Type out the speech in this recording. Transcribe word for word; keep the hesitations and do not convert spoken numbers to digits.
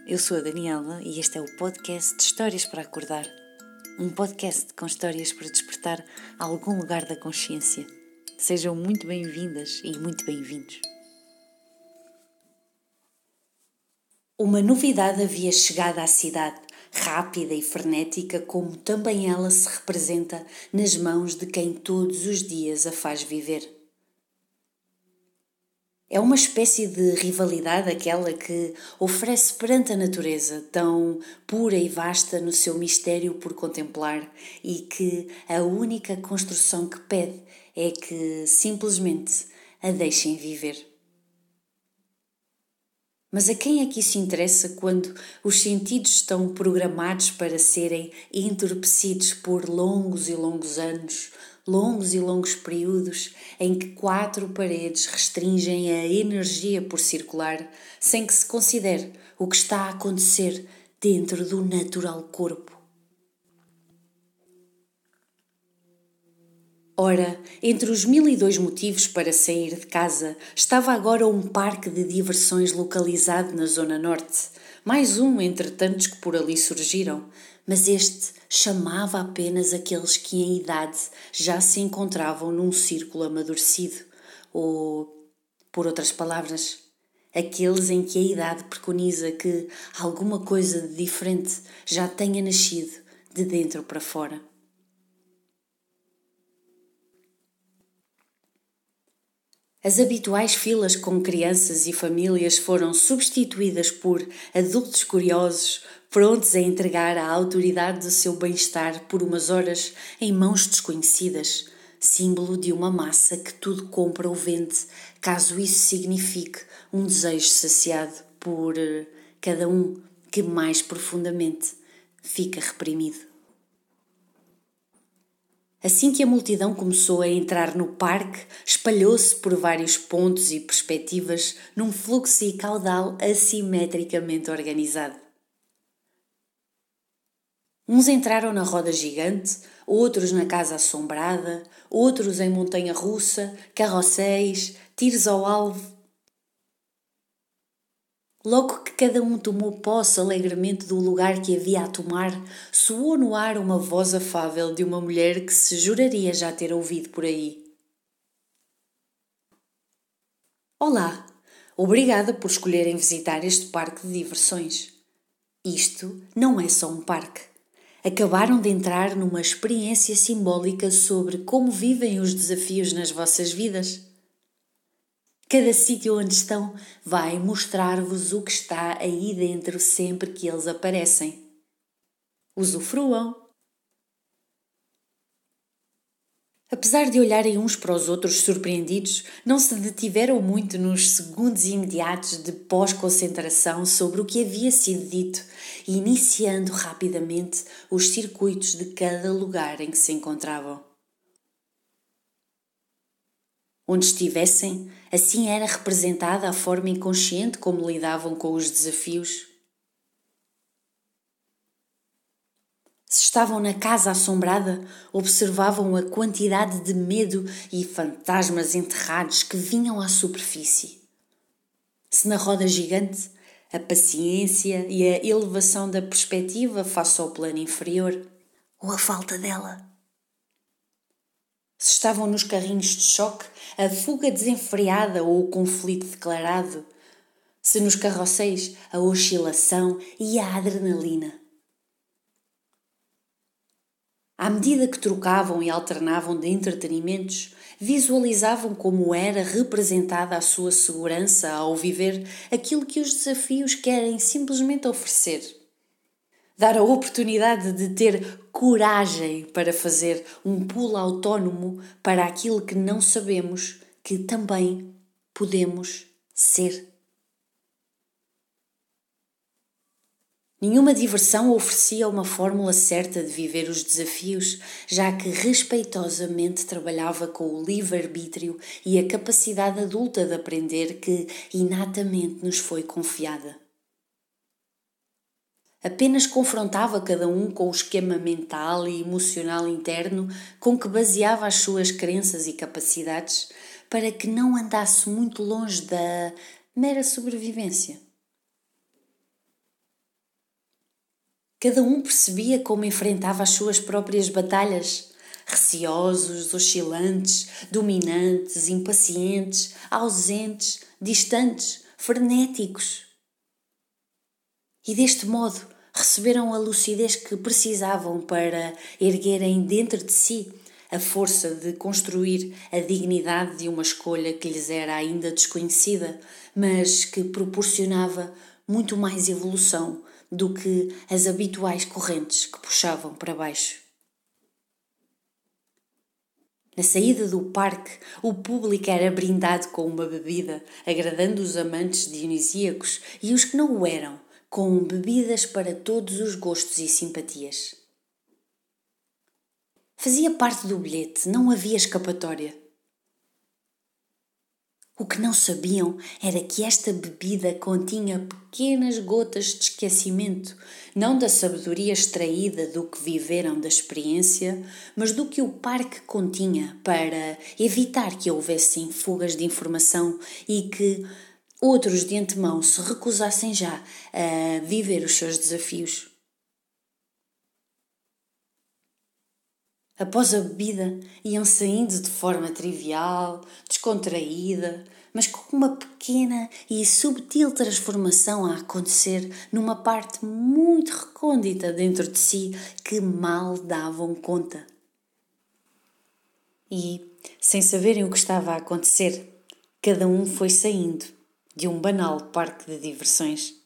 eu sou a Daniela e este é o podcast de Histórias para Acordar. Um podcast com histórias para despertar algum lugar da consciência. Sejam muito bem-vindas e muito bem-vindos. Uma novidade havia chegado à cidade, rápida e frenética como também ela se representa nas mãos de quem todos os dias a faz viver. É uma espécie de rivalidade aquela que oferece perante a natureza, tão pura e vasta no seu mistério por contemplar, e que a única construção que pede é que simplesmente a deixem viver. Mas a quem é que isso interessa quando os sentidos estão programados para serem entorpecidos por longos e longos anos, longos e longos períodos em que quatro paredes restringem a energia por circular, sem que se considere o que está a acontecer dentro do natural corpo? Ora, entre os mil e dois motivos para sair de casa, estava agora um parque de diversões localizado na Zona Norte, mais um entre tantos que por ali surgiram, mas este chamava apenas aqueles que em idade já se encontravam num círculo amadurecido, ou, por outras palavras, aqueles em que a idade preconiza que alguma coisa de diferente já tenha nascido de dentro para fora. As habituais filas com crianças e famílias foram substituídas por adultos curiosos, prontos a entregar a autoridade do seu bem-estar por umas horas em mãos desconhecidas, símbolo de uma massa que tudo compra ou vende, caso isso signifique um desejo saciado por cada um que mais profundamente fica reprimido. Assim que a multidão começou a entrar no parque, espalhou-se por vários pontos e perspectivas num fluxo e caudal assimetricamente organizado. Uns entraram na roda gigante, outros na casa assombrada, outros em montanha-russa, carrosséis, tiros ao alvo. Logo que cada um tomou posse alegremente do lugar que havia a tomar, soou no ar uma voz afável de uma mulher que se juraria já ter ouvido por aí. Olá, obrigada por escolherem visitar este parque de diversões. Isto não é só um parque. Acabaram de entrar numa experiência simbólica sobre como vivem os desafios nas vossas vidas. Cada sítio onde estão vai mostrar-vos o que está aí dentro sempre que eles aparecem. Usufruam. Apesar de olharem uns para os outros surpreendidos, não se detiveram muito nos segundos imediatos de pós-concentração sobre o que havia sido dito, iniciando rapidamente os circuitos de cada lugar em que se encontravam. Onde estivessem, assim era representada a forma inconsciente como lidavam com os desafios. Se estavam na casa assombrada, observavam a quantidade de medo e fantasmas enterrados que vinham à superfície. Se na roda gigante, a paciência e a elevação da perspectiva face ao plano inferior, ou a falta dela. Se estavam nos carrinhos de choque, a fuga desenfreada ou o conflito declarado. Se nos carrosséis, a oscilação e a adrenalina. À medida que trocavam e alternavam de entretenimentos, visualizavam como era representada a sua segurança ao viver aquilo que os desafios querem simplesmente oferecer. Dar a oportunidade de ter coragem para fazer um pulo autónomo para aquilo que não sabemos que também podemos ser. Nenhuma diversão oferecia uma fórmula certa de viver os desafios, já que respeitosamente trabalhava com o livre-arbítrio e a capacidade adulta de aprender que inatamente nos foi confiada. Apenas confrontava cada um com o esquema mental e emocional interno com que baseava as suas crenças e capacidades para que não andasse muito longe da mera sobrevivência. Cada um percebia como enfrentava as suas próprias batalhas, receosos, oscilantes, dominantes, impacientes, ausentes, distantes, frenéticos. E deste modo receberam a lucidez que precisavam para erguerem dentro de si a força de construir a dignidade de uma escolha que lhes era ainda desconhecida, mas que proporcionava muito mais evolução do que as habituais correntes que puxavam para baixo. Na saída do parque, o público era brindado com uma bebida, agradando os amantes dionisíacos e os que não o eram, com bebidas para todos os gostos e simpatias. Fazia parte do bilhete, não havia escapatória. O que não sabiam era que esta bebida continha pequenas gotas de esquecimento, não da sabedoria extraída do que viveram da experiência, mas do que o parque continha para evitar que houvessem fugas de informação e que outros de antemão se recusassem já a viver os seus desafios. Após a bebida, iam saindo de forma trivial, descontraída, mas com uma pequena e subtil transformação a acontecer numa parte muito recôndita dentro de si que mal davam conta. E, sem saberem o que estava a acontecer, cada um foi saindo de um banal parque de diversões.